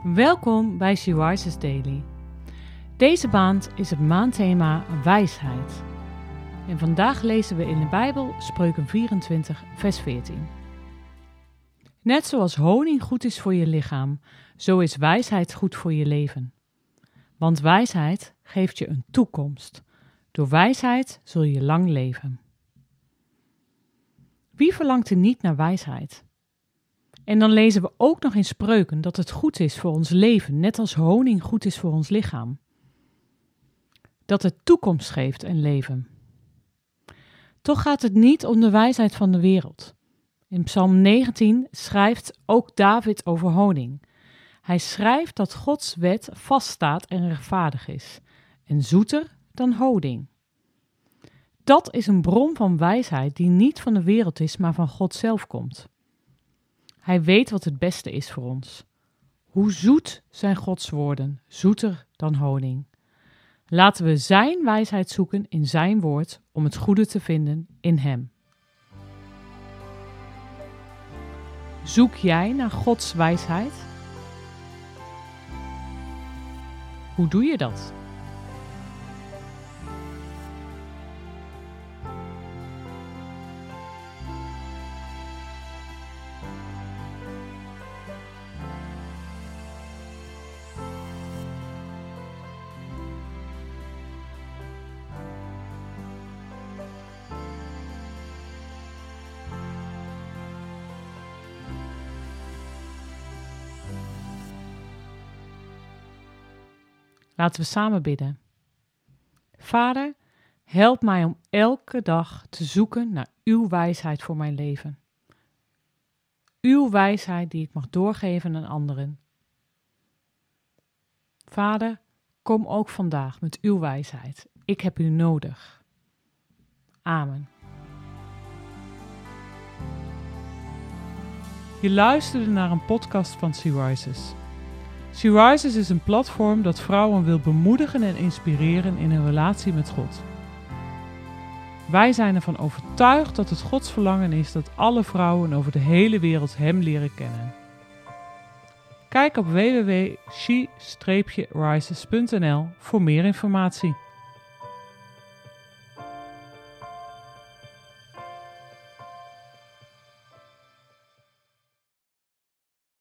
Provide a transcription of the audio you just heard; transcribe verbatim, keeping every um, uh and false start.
Welkom bij She Rises Daily. Deze maand is het maandthema wijsheid. En vandaag lezen we in de Bijbel Spreuken vierentwintig, vers veertien. Net zoals honing goed is voor je lichaam, zo is wijsheid goed voor je leven. Want wijsheid geeft je een toekomst. Door wijsheid zul je lang leven. Wie verlangt er niet naar wijsheid? En dan lezen we ook nog in Spreuken dat het goed is voor ons leven, net als honing goed is voor ons lichaam. Dat het toekomst geeft en leven. Toch gaat het niet om de wijsheid van de wereld. In Psalm negentien schrijft ook David over honing. Hij schrijft dat Gods wet vaststaat en rechtvaardig is, en zoeter dan honing. Dat is een bron van wijsheid die niet van de wereld is, maar van God zelf komt. Hij weet wat het beste is voor ons. Hoe zoet zijn Gods woorden, zoeter dan honing. Laten we zijn wijsheid zoeken in zijn woord om het goede te vinden in hem. Zoek jij naar Gods wijsheid? Hoe doe je dat? Laten we samen bidden. Vader, help mij om elke dag te zoeken naar uw wijsheid voor mijn leven. Uw wijsheid die ik mag doorgeven aan anderen. Vader, kom ook vandaag met uw wijsheid. Ik heb u nodig. Amen. Je luisterde naar een podcast van She Rises. She Rises is een platform dat vrouwen wil bemoedigen en inspireren in hun relatie met God. Wij zijn ervan overtuigd dat het Gods verlangen is dat alle vrouwen over de hele wereld Hem leren kennen. Kijk op w w w punt she rises punt n l voor meer informatie.